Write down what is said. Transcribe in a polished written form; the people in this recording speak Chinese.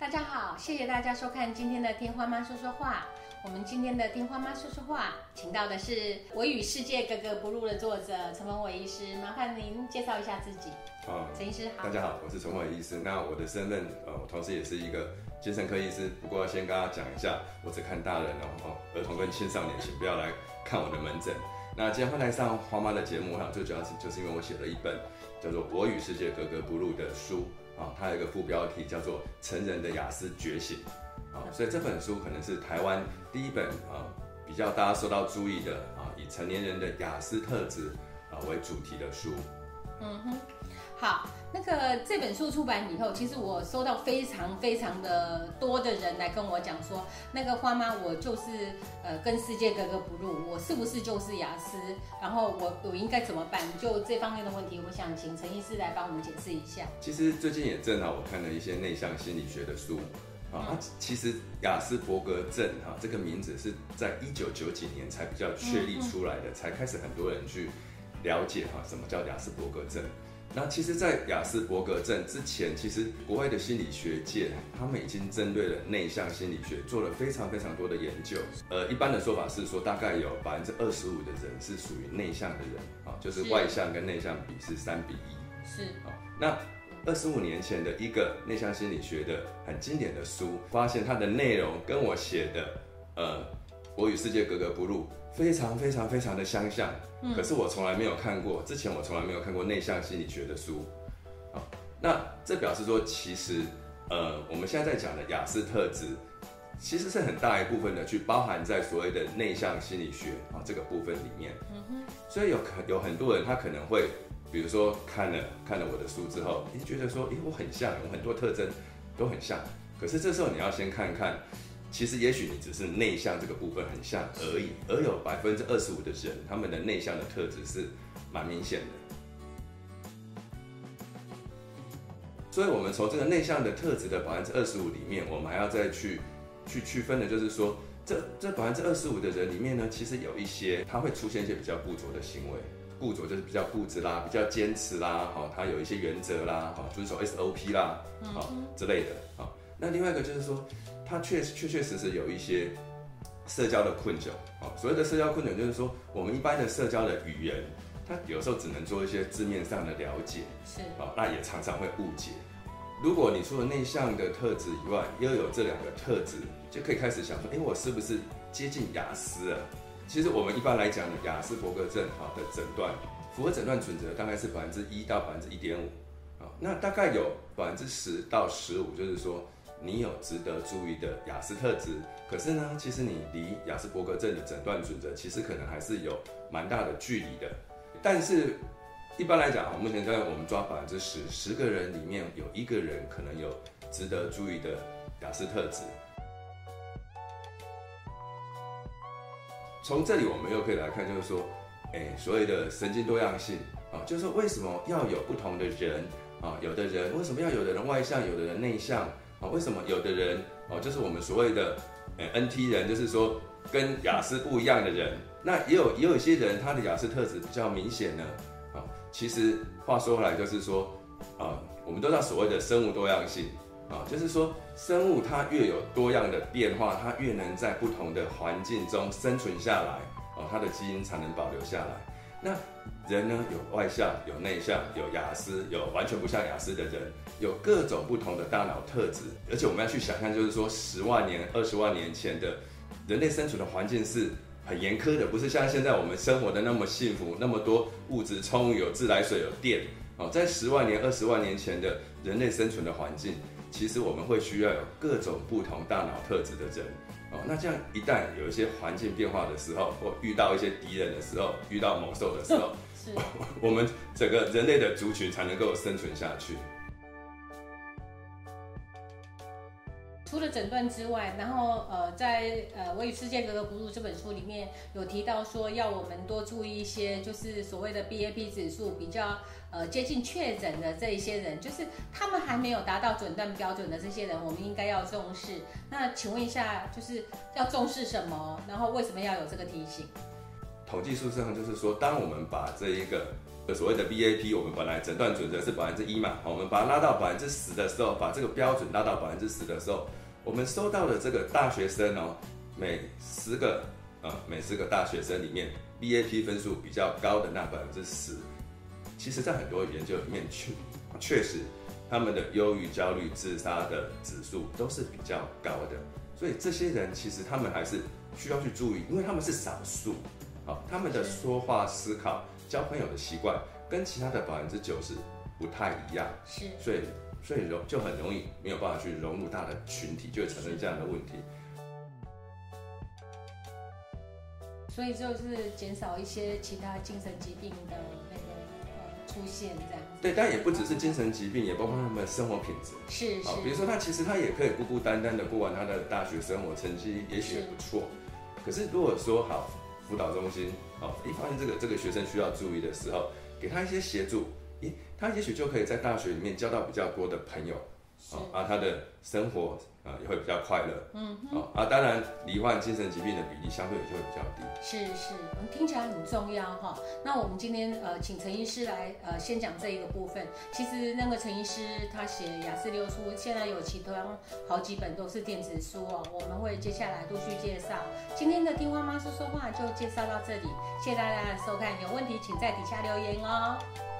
大家好，谢谢大家收看今天的听花妈说说话。我们今天的听花妈说说话，请到的是《我与世界格格不入》的作者陈文伟医师，麻烦您介绍一下自己。陈医师好。 大家好，我是陈文伟医师。那我的身份，我同时也是一个精神科医师。不过要先跟大家讲一下，我只看大人哦，儿童跟青少年，请不要来看我的门诊。那今天会来上花妈的节目哈，最主要就是因为我写了一本叫做《我与世界格格不入》的书啊，它有一个副标题叫做《成人的雅思觉醒》啊，所以这本书可能是台湾第一本比较大家受到注意的以成年人的雅思特质为主题的书。 好，这本书出版以后，其实我收到非常的多的人来跟我讲说，花妈，我就是跟世界格格不入，我是不是就是雅思？然后我应该怎么办？就这方面的问题，我想请陈医师来帮我们解释一下。 其实最近也正好我看了一些内向心理学的书。其实雅斯伯格症这个名字是在1990几年才比较确立出来的，才开始很多人去了解什么叫雅斯伯格症。那其实，在雅斯伯格症之前，其实国外的心理学界他们已经针对了内向心理学做了非常多的研究。一般的说法是说，大概有25%的人是属于内向的人就是外向跟内向比是3比1。 是那25年前的一个内向心理学的很经典的书，发现它的内容跟我写的我与世界格格不入非常的相像。可是我从来没有看过，之前我从来没有看过内向心理学的书。那这表示说，其实我们现在在讲的雅思特质，其实是很大一部分的去包含在所谓的内向心理学这个部分里面。所以有很多人他可能会，比如说看了我的书之后，觉得说，我很像，有很多特征都很像。可是这时候你要先看看，其实也许你只是内向这个部分很像而已，而有25%的人，他们的内向的特质是蛮明显的。所以我们从这个内向的特质的25%里面，我们还要再去区分的就是说，这25%的人里面呢，其实有一些他会出现一些比较固着的行为。固着就是比较固执啦，比较坚持啦，他有一些原则啦，遵守 SOP 啦，之类的。那另外一个就是说，他确实有一些社交的困窘。所谓的社交困窘，就是说我们一般的社交的语言，他有时候只能做一些字面上的了解，那也常常会误解。如果你除了内向的特质以外，又有这2个特质，就可以开始想说，我是不是接近雅思了？其实我们一般来讲的雅斯伯格症的诊断，符合诊断准则大概是1%到1.5%。那大概有10%到15%，就是说你有值得注意的雅思特质。可是呢，其实你离雅斯伯格症的诊断准则，其实可能还是有蛮大的距离的。但是一般来讲，目前我们抓10%，10个人里面有1个人可能有值得注意的雅思特质。从这里我们又可以来看，就是说，所谓的神经多样性就是说为什么要有不同的人有的人为什么要有的人外向，有的人内向为什么有的人就是我们所谓的NT 人，就是说跟雅思不一样的人，那也有一些人他的雅思特质比较明显呢其实话说回来就是说我们都知道所谓的生物多样性就是说生物它越有多样的变化，它越能在不同的环境中生存下来它的基因才能保留下来。那人呢，有外向，有内向，有雅思，有完全不像雅思的人，有各种不同的大脑特质。而且我们要去想象，就是说10万年、20万年前的人类生存的环境是很严苛的，不是像现在我们生活的那么幸福，那么多物质充裕，有自来水，有电在10万年、20万年前的人类生存的环境，其实我们会需要有各种不同大脑特质的人那这样一旦有一些环境变化的时候，或遇到一些敌人的时候，遇到猛兽的时候我们整个人类的族群才能够生存下去。 除了诊断之外，然后在我与世界格格不入这本书里面有提到说，要我们多注意一些，就是所谓的 BAP 指数比较接近确诊的这一些人，就是他们还没有达到诊断标准的这些人，我们应该要重视。那请问一下，就是要重视什么？然后为什么要有这个提醒？ 统计数上就是说，当我们把这一个所谓的 BAP， 我们本来诊断准则是1%嘛，我们把它拉到10%的时候，把这个标准拉到10%的时候，我们收到的这个大学生哦，每10个大学生里面 BAP 分数比较高的那10%，其实在很多研究里面确实他们的忧郁、焦虑、自杀的指数都是比较高的，所以这些人其实他们还是需要去注意，因为他们是少数，他们的说话、思考、交朋友的习惯跟其他的90%不太一样， 是， 所以就很容易没有办法去融入大的群体，就会产生这样的问题。 所以就是减少一些其他精神疾病的那个出现这样子。 对，但也不只是精神疾病，也包括他们的生活品质。 是。 比如说他其实他也可以孤孤单单的过完他的大学生活，成绩也许也不错。可是如果说好辅导中心发现这个学生需要注意的时候，给他一些协助，他也许就可以在大学里面交到比较多的朋友，他的生活也会比较快乐。当然罹患精神疾病的比例相对也就会比较低。 是，听起来很重要哈。那我们今天请陈医师来先讲这一个部分。其实那个陈医师他写雅思6书，现在有其他好几本都是电子书哦，我们会接下来陆续介绍。今天的听妈妈说说话就介绍到这里，谢谢大家的收看，有问题请在底下留言哦。